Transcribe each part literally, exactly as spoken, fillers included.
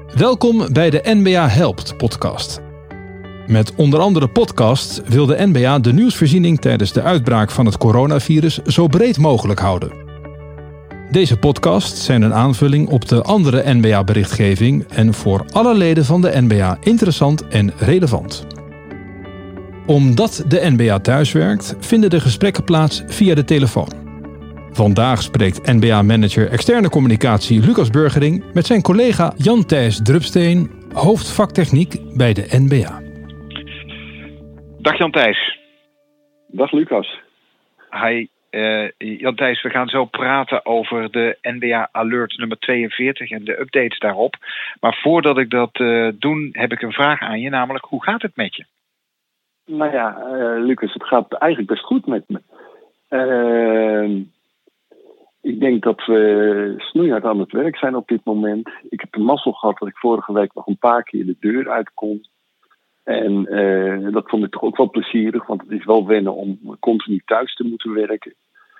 Welkom bij de N B A Helpt podcast. Met onder andere podcasts wil de N B A de nieuwsvoorziening tijdens de uitbraak van het coronavirus zo breed mogelijk houden. Deze podcasts zijn een aanvulling op de andere N B A-berichtgeving en voor alle leden van de N B A interessant en relevant. Omdat de N B A thuiswerkt, vinden de gesprekken plaats via de telefoon. Vandaag spreekt N B A-manager externe communicatie Lucas Burgering met zijn collega Jan-Thijs Drupsteen, hoofd vaktechniek bij de N B A. Dag Jan-Thijs. Dag Lucas. Hi uh, Jan-Thijs, we gaan zo praten over de N B A Alert nummer tweeënveertig en de updates daarop. Maar voordat ik dat uh, doe, heb ik een vraag aan je, namelijk hoe gaat het met je? Nou ja, uh, Lucas, het gaat eigenlijk best goed met me. Uh, ik denk dat we snoeihard aan het werk zijn op dit moment. Ik heb de mazzel gehad dat ik vorige week nog een paar keer de deur uit kon. En uh, dat vond ik toch ook wel plezierig, want het is wel wennen om continu thuis te moeten werken.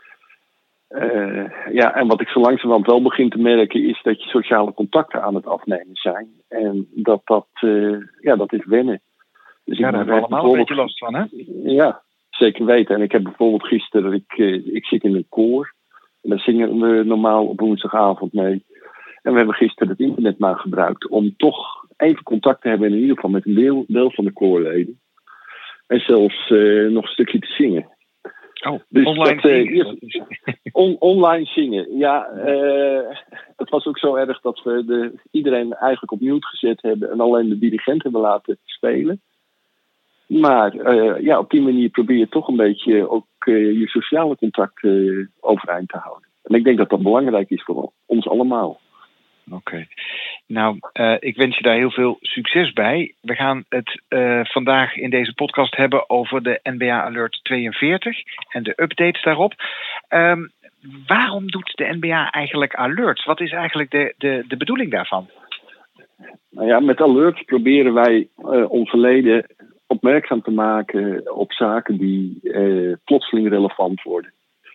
Uh, ja, en wat ik zo langzamerhand wel begin te merken is dat je sociale contacten aan het afnemen zijn. En dat dat, uh, ja, dat is wennen. Dus ja, daar hebben we allemaal een beetje last van, hè? Ja, zeker weten. En ik heb bijvoorbeeld gisteren, ik, uh, ik zit in een koor. En daar zingen we normaal op woensdagavond mee. En we hebben gisteren het internet maar gebruikt om toch even contact te hebben, in ieder geval met een deel, deel van de koorleden. En zelfs uh, nog een stukje te zingen. Oh, dus online dat, uh, zingen. Eerst, on, online zingen, ja. Uh, het was ook zo erg dat we de, iedereen eigenlijk op mute gezet hebben en alleen de dirigent hebben laten spelen. Maar uh, ja, op die manier probeer je toch een beetje ook uh, je sociale contacten uh, overeind te houden. En ik denk dat dat belangrijk is voor ons allemaal. Oké. Okay. Nou, uh, ik wens je daar heel veel succes bij. We gaan het uh, vandaag in deze podcast hebben over de N B A Alert tweeënveertig en de updates daarop. Um, waarom doet de N B A eigenlijk alerts? Wat is eigenlijk de, de, de bedoeling daarvan? Nou ja, met alerts proberen wij uh, onze leden opmerkzaam te maken op zaken die uh, plotseling relevant worden.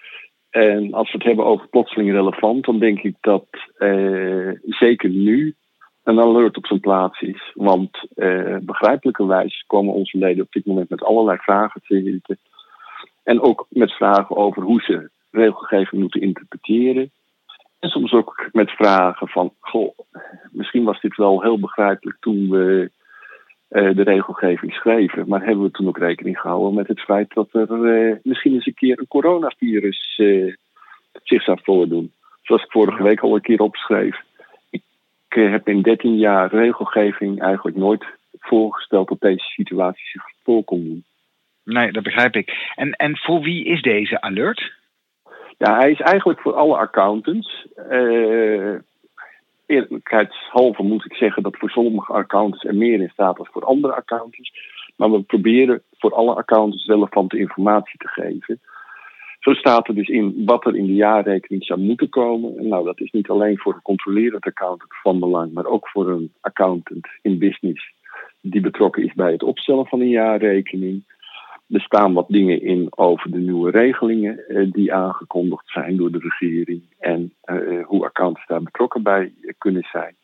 En als we het hebben over plotseling relevant, dan denk ik dat uh, zeker nu een alert op zijn plaats is. Want uh, begrijpelijkerwijs komen onze leden op dit moment met allerlei vragen te zitten. En ook met vragen over hoe ze regelgeving moeten interpreteren. En soms ook met vragen van, goh, misschien was dit wel heel begrijpelijk toen we uh, de regelgeving schreven. Maar hebben we toen ook rekening gehouden met het feit dat er uh, misschien eens een keer een coronavirus uh, zich zou voordoen. Zoals ik vorige week al een keer opschreef. Ik uh, heb in dertien jaar regelgeving eigenlijk nooit voorgesteld dat deze situatie zich voor kon doen. Nee, dat begrijp ik. En, en voor wie is deze alert? Ja, hij is eigenlijk voor alle accountants. Uh, Eerlijkheidshalve moet ik zeggen dat voor sommige accountants er meer in staat dan voor andere accountants. Maar we proberen voor alle accountants relevante informatie te geven. Zo staat er dus in wat er in de jaarrekening zou moeten komen. En nou, dat is niet alleen voor een controlerend accountant van belang, maar ook voor een accountant in business die betrokken is bij het opstellen van een jaarrekening. Er staan wat dingen in over de nieuwe regelingen uh, die aangekondigd zijn door de regering en uh, hoe accountants daar betrokken bij uh, kunnen zijn.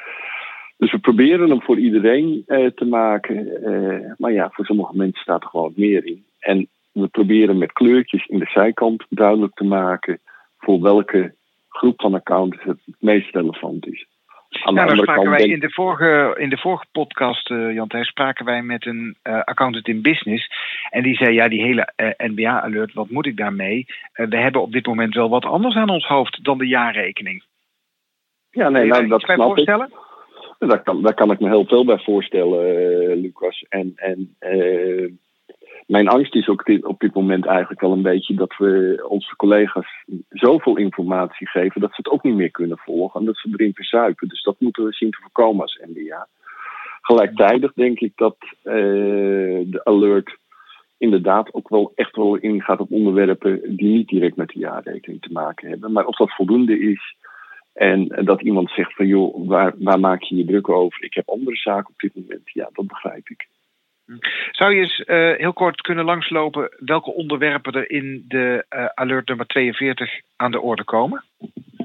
Dus we proberen hem voor iedereen uh, te maken, uh, maar ja, voor sommige mensen staat er gewoon meer in. En we proberen met kleurtjes in de zijkant duidelijk te maken voor welke groep van accountants het het meest relevant is. Aan nou, daar spraken wij in de vorige, in de vorige podcast, uh, Jan-Thijs, spraken wij met een uh, accountant in business. En die zei, ja, die hele uh, N B A-alert, wat moet ik daarmee? Uh, we hebben op dit moment wel wat anders aan ons hoofd dan de jaarrekening. Ja, nee, nou, dat snap voorstellen? Ik. Daar kan, daar kan ik me heel veel bij voorstellen, uh, Lucas. En, en uh, mijn angst is ook dit, op dit moment eigenlijk wel een beetje dat we onze collega's zoveel informatie geven dat ze het ook niet meer kunnen volgen en dat ze erin verzuipen. Dus dat moeten we zien te voorkomen als N B A. Gelijktijdig denk ik dat uh, de alert inderdaad ook wel echt wel ingaat op onderwerpen die niet direct met de jaarrekening te maken hebben. Maar of dat voldoende is en dat iemand zegt van joh, waar, waar maak je je druk over? Ik heb andere zaken op dit moment. Ja, dat begrijp ik. Zou je eens uh, heel kort kunnen langslopen welke onderwerpen er in de uh, alert nummer tweeënveertig aan de orde komen?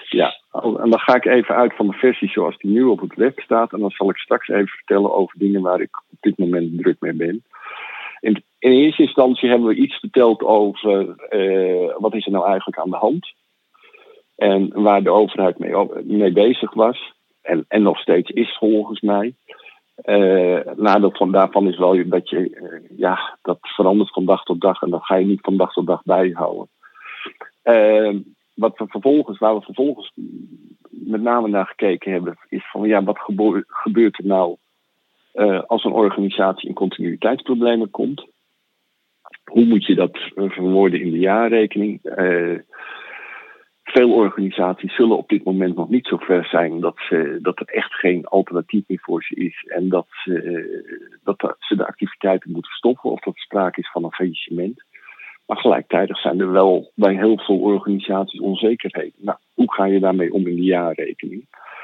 Ja, en dan ga ik even uit van de versie zoals die nu op het web staat. En dan zal ik straks even vertellen over dingen waar ik op dit moment druk mee ben. In, in eerste instantie hebben we iets verteld over uh, wat is er nou eigenlijk aan de hand. En waar de overheid mee, mee bezig was. En, en nog steeds is volgens mij. Uh, nadeel van daarvan is wel dat je, uh, ja, dat verandert van dag tot dag. En dat ga je niet van dag tot dag bijhouden. Uh, wat we vervolgens, waar we vervolgens met name naar gekeken hebben, is van ja, wat gebo- gebeurt er nou uh, als een organisatie in continuïteitsproblemen komt? Hoe moet je dat uh, verwoorden in de jaarrekening? Uh, veel organisaties zullen op dit moment nog niet zo ver zijn dat, ze, dat er echt geen alternatief meer voor ze is en dat ze, uh, dat ze de activiteiten moeten stoppen of dat er sprake is van een faillissement. Maar gelijktijdig zijn er wel bij heel veel organisaties onzekerheden. Nou, hoe ga je daarmee om in de jaarrekening?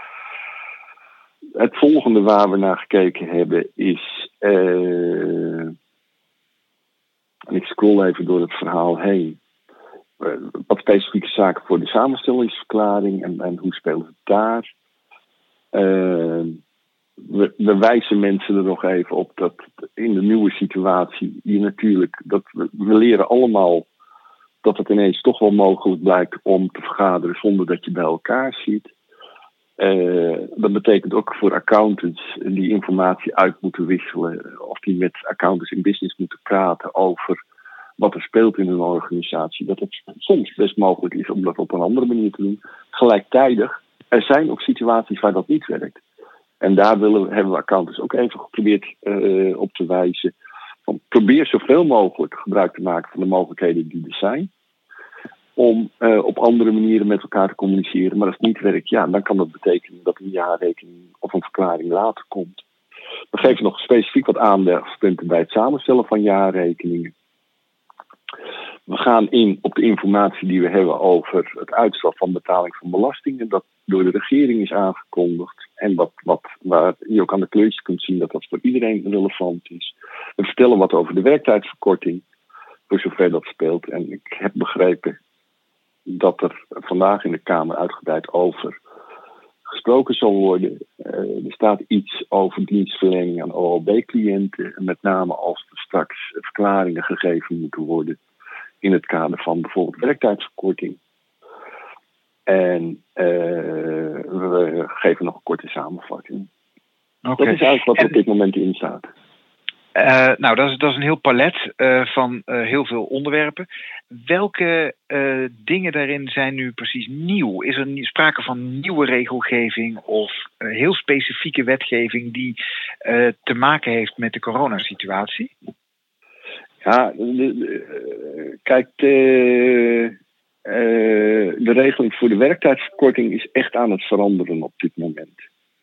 Het volgende waar we naar gekeken hebben is... Uh, en ik scroll even door het verhaal heen. Uh, wat specifieke zaken voor de samenstellingsverklaring en, en hoe spelen we daar? Uh, We, we wijzen mensen er nog even op dat in de nieuwe situatie je natuurlijk, dat we, we leren allemaal dat het ineens toch wel mogelijk blijkt om te vergaderen zonder dat je bij elkaar ziet. Uh, dat betekent ook voor accountants die informatie uit moeten wisselen of die met accountants in business moeten praten over wat er speelt in een organisatie. Dat het soms best mogelijk is om dat op een andere manier te doen. Gelijktijdig, er zijn ook situaties waar dat niet werkt. En daar willen, hebben we accountants ook even geprobeerd uh, op te wijzen. Van, probeer zoveel mogelijk gebruik te maken van de mogelijkheden die er zijn. Om uh, op andere manieren met elkaar te communiceren. Maar als het niet werkt, ja, dan kan dat betekenen dat een jaarrekening of een verklaring later komt. We geven nog specifiek wat aandachtspunten bij het samenstellen van jaarrekeningen. We gaan in op de informatie die we hebben over het uitstel van betaling van belastingen. Dat door de regering is aangekondigd. En wat, wat, waar je ook aan de kleurtjes kunt zien dat dat voor iedereen relevant is. We vertellen wat over de werktijdverkorting. Voor zover dat speelt. En ik heb begrepen dat er vandaag in de Kamer uitgebreid over gesproken zal worden. Uh, er staat iets over dienstverlening aan O L B-cliënten. Met name als er straks verklaringen gegeven moeten worden. In het kader van bijvoorbeeld werktijdverkorting. En uh, we geven nog een korte samenvatting. Okay. Dat is eigenlijk wat er en, op dit moment in staat. Uh, nou, dat is, dat is een heel palet uh, van uh, heel veel onderwerpen. Welke uh, dingen daarin zijn nu precies nieuw? Is er sprake van nieuwe regelgeving of uh, heel specifieke wetgeving die uh, te maken heeft met de coronasituatie? Ja, de, de, kijk, de, uh, de regeling voor de werktijdverkorting is echt aan het veranderen op dit moment.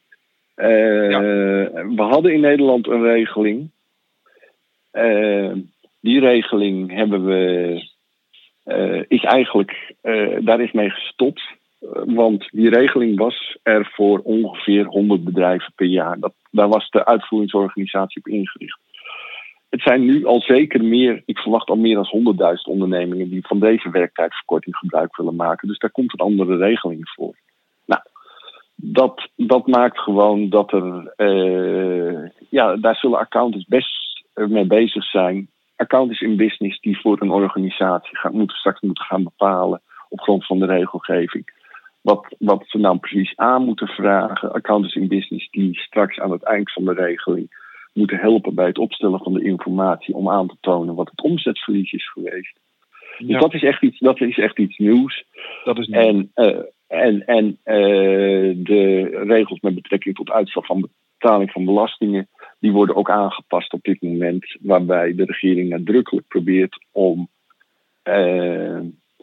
Uh, ja. We hadden in Nederland een regeling. Uh, die regeling hebben we, uh, is eigenlijk, uh, daar is mee gestopt. Uh, want die regeling was er voor ongeveer honderd bedrijven per jaar. Dat, daar was de uitvoeringsorganisatie op ingericht. Het zijn nu al zeker meer, ik verwacht al meer dan honderdduizend ondernemingen die van deze werktijdverkorting gebruik willen maken. Dus daar komt een andere regeling voor. Nou, dat, dat maakt gewoon dat er, uh, ja, daar zullen accountants best mee bezig zijn. Accountants in business die voor een organisatie gaan, moeten straks moeten gaan bepalen op grond van de regelgeving. Wat, wat ze nou precies aan moeten vragen. Accountants in business die straks aan het eind van de regeling moeten helpen bij het opstellen van de informatie om aan te tonen wat het omzetverlies is geweest. Dus ja. dat is echt iets, dat is echt iets nieuws. Dat is nieuw. En, uh, en, en uh, de regels met betrekking tot uitstel van betaling van belastingen, die worden ook aangepast op dit moment, waarbij de regering nadrukkelijk probeert om uh,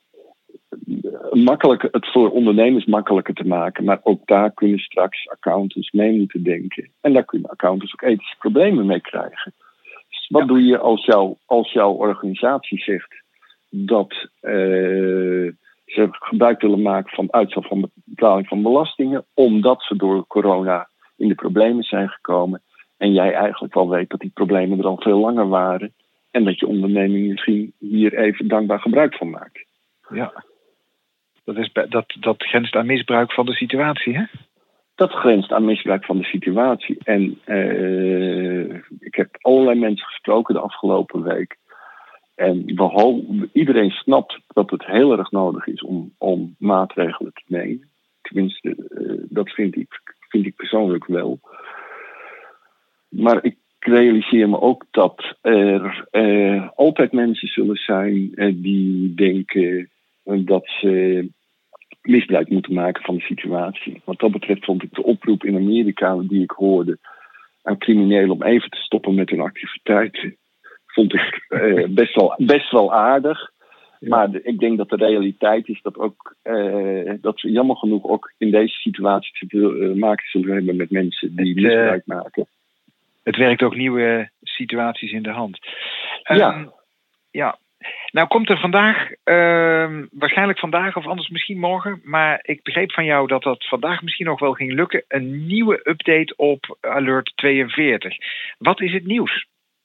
makkelijk, het voor ondernemers makkelijker te maken. Maar ook daar kunnen straks accountants mee moeten denken. En daar kunnen accountants ook ethische problemen mee krijgen. Dus wat ja. doe je als, jou, als jouw organisatie zegt dat uh, ze gebruik willen maken van uitstel van betaling van belastingen, omdat ze door corona in de problemen zijn gekomen. En jij eigenlijk wel weet dat die problemen er al veel langer waren. En dat je onderneming misschien hier even dankbaar gebruik van maakt. Ja. Dat, is, dat, dat grenst aan misbruik van de situatie, hè? Dat grenst aan misbruik van de situatie. En uh, ik heb allerlei mensen gesproken de afgelopen week. En we, iedereen snapt dat het heel erg nodig is om, om maatregelen te nemen. Tenminste, uh, dat vind ik, vind ik persoonlijk wel. Maar ik realiseer me ook dat er uh, altijd mensen zullen zijn uh, die denken dat ze misbruik moeten maken van de situatie. Wat dat betreft vond ik de oproep in Amerika die ik hoorde aan criminelen om even te stoppen met hun activiteiten, vond ik uh, best, wel, best wel aardig. Ja. Maar de, ik denk dat de realiteit is dat, ook, uh, dat we jammer genoeg ook in deze situatie te uh, maken zullen hebben met mensen die het, misbruik uh, maken. Het werkt ook nieuwe situaties in de hand. Um, ja. Ja. Nou komt er vandaag, uh, waarschijnlijk vandaag of anders misschien morgen, maar ik begreep van jou dat dat vandaag misschien nog wel ging lukken, een nieuwe update op Alert tweeënveertig. Wat is het nieuws?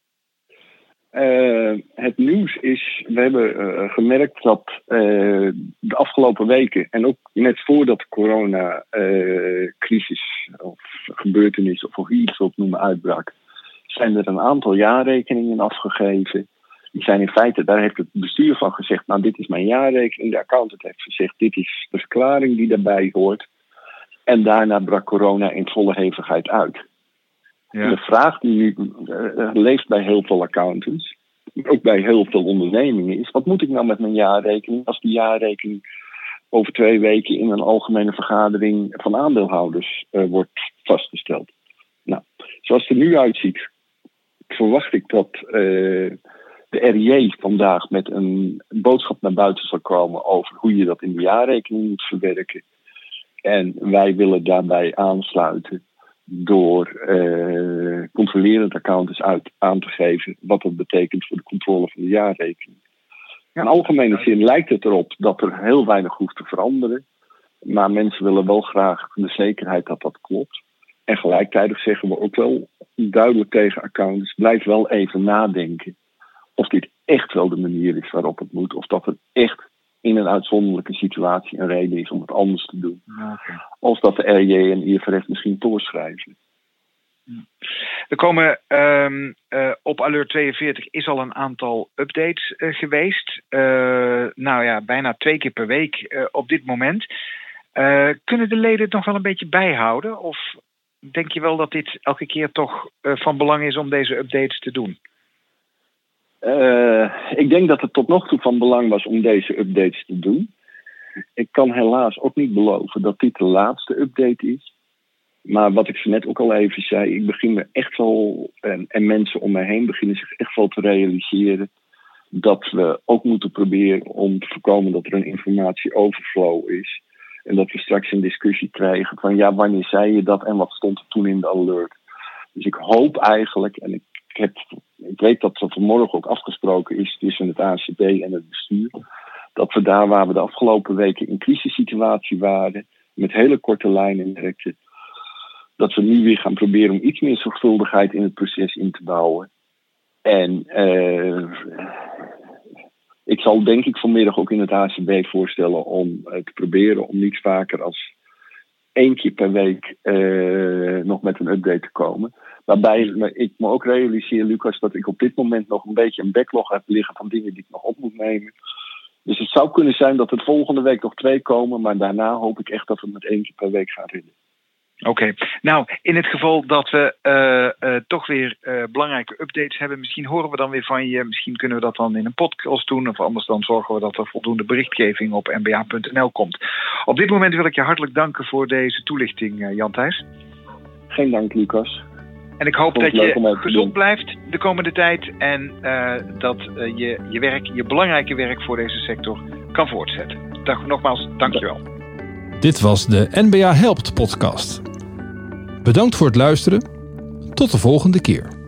Uh, het nieuws is, we hebben uh, gemerkt dat uh, de afgelopen weken en ook net voordat de coronacrisis uh, of gebeurtenis of hoe je het wilt noemen uitbrak, zijn er een aantal jaarrekeningen afgegeven. Die zijn in feite, daar heeft het bestuur van gezegd, nou dit is mijn jaarrekening. De accountant heeft gezegd, dit is de verklaring die daarbij hoort. En daarna brak corona in volle hevigheid uit. Ja. De vraag die nu uh, leeft bij heel veel accountants, ook bij heel veel ondernemingen, is: wat moet ik nou met mijn jaarrekening als die jaarrekening over twee weken in een algemene vergadering van aandeelhouders uh, wordt vastgesteld? Nou, zoals het er nu uitziet, verwacht ik dat uh, de R I J vandaag met een boodschap naar buiten zal komen over hoe je dat in de jaarrekening moet verwerken. En wij willen daarbij aansluiten door uh, controlerend accountants uit aan te geven wat dat betekent voor de controle van de jaarrekening. In algemene zin lijkt het erop dat er heel weinig hoeft te veranderen. Maar mensen willen wel graag de zekerheid dat dat klopt. En gelijktijdig zeggen we ook wel duidelijk tegen accountants: blijf wel even nadenken of dit echt wel de manier is waarop het moet. Of dat het echt in een uitzonderlijke situatie een reden is om het anders te doen. Okay. Of dat de R J en I F R S misschien doorschrijven. Er komen um, uh, op Alert tweeënveertig is al een aantal updates uh, geweest. Uh, nou ja, bijna twee keer per week uh, op dit moment. Uh, kunnen de leden het nog wel een beetje bijhouden? Of denk je wel dat dit elke keer toch uh, van belang is om deze updates te doen? Uh, ik denk dat het tot nog toe van belang was om deze updates te doen. Ik kan helaas ook niet beloven dat dit de laatste update is. Maar wat ik zo net ook al even zei, ik begin me echt wel, en, en mensen om mij heen beginnen zich echt wel te realiseren dat we ook moeten proberen om te voorkomen dat er een informatieoverflow is. En dat we straks een discussie krijgen van ja, wanneer zei je dat en wat stond er toen in de alert. Dus ik hoop eigenlijk, en ik, heb, ik weet dat er vanmorgen ook afgesproken is tussen het A C B en het bestuur, dat we daar waar we de afgelopen weken in crisissituatie waren, met hele korte lijnen werkten, dat we nu weer gaan proberen om iets meer zorgvuldigheid in het proces in te bouwen. En uh, ik zal denk ik vanmiddag ook in het A C B voorstellen om uh, te proberen om niet vaker als één keer per week uh, nog met een update te komen. Waarbij ik me ook realiseer, Lucas, dat ik op dit moment nog een beetje een backlog heb liggen van dingen die ik nog op moet nemen. Dus het zou kunnen zijn dat er volgende week nog twee komen, maar daarna hoop ik echt dat we het met één keer per week gaan redden. Oké, okay. Nou, in het geval dat we uh, uh, toch weer uh, belangrijke updates hebben, misschien horen we dan weer van je, misschien kunnen we dat dan in een podcast doen, of anders dan zorgen we dat er voldoende berichtgeving op n b a punt n l komt. Op dit moment wil ik je hartelijk danken voor deze toelichting, uh, Jan Thijs. Geen dank, Lucas. En ik hoop dat je gezond blijft de komende tijd en uh, dat uh, je je werk, je belangrijke werk voor deze sector kan voortzetten. Dag, nogmaals, dankjewel. Dit was de N B A Helpt podcast. Bedankt voor het luisteren. Tot de volgende keer.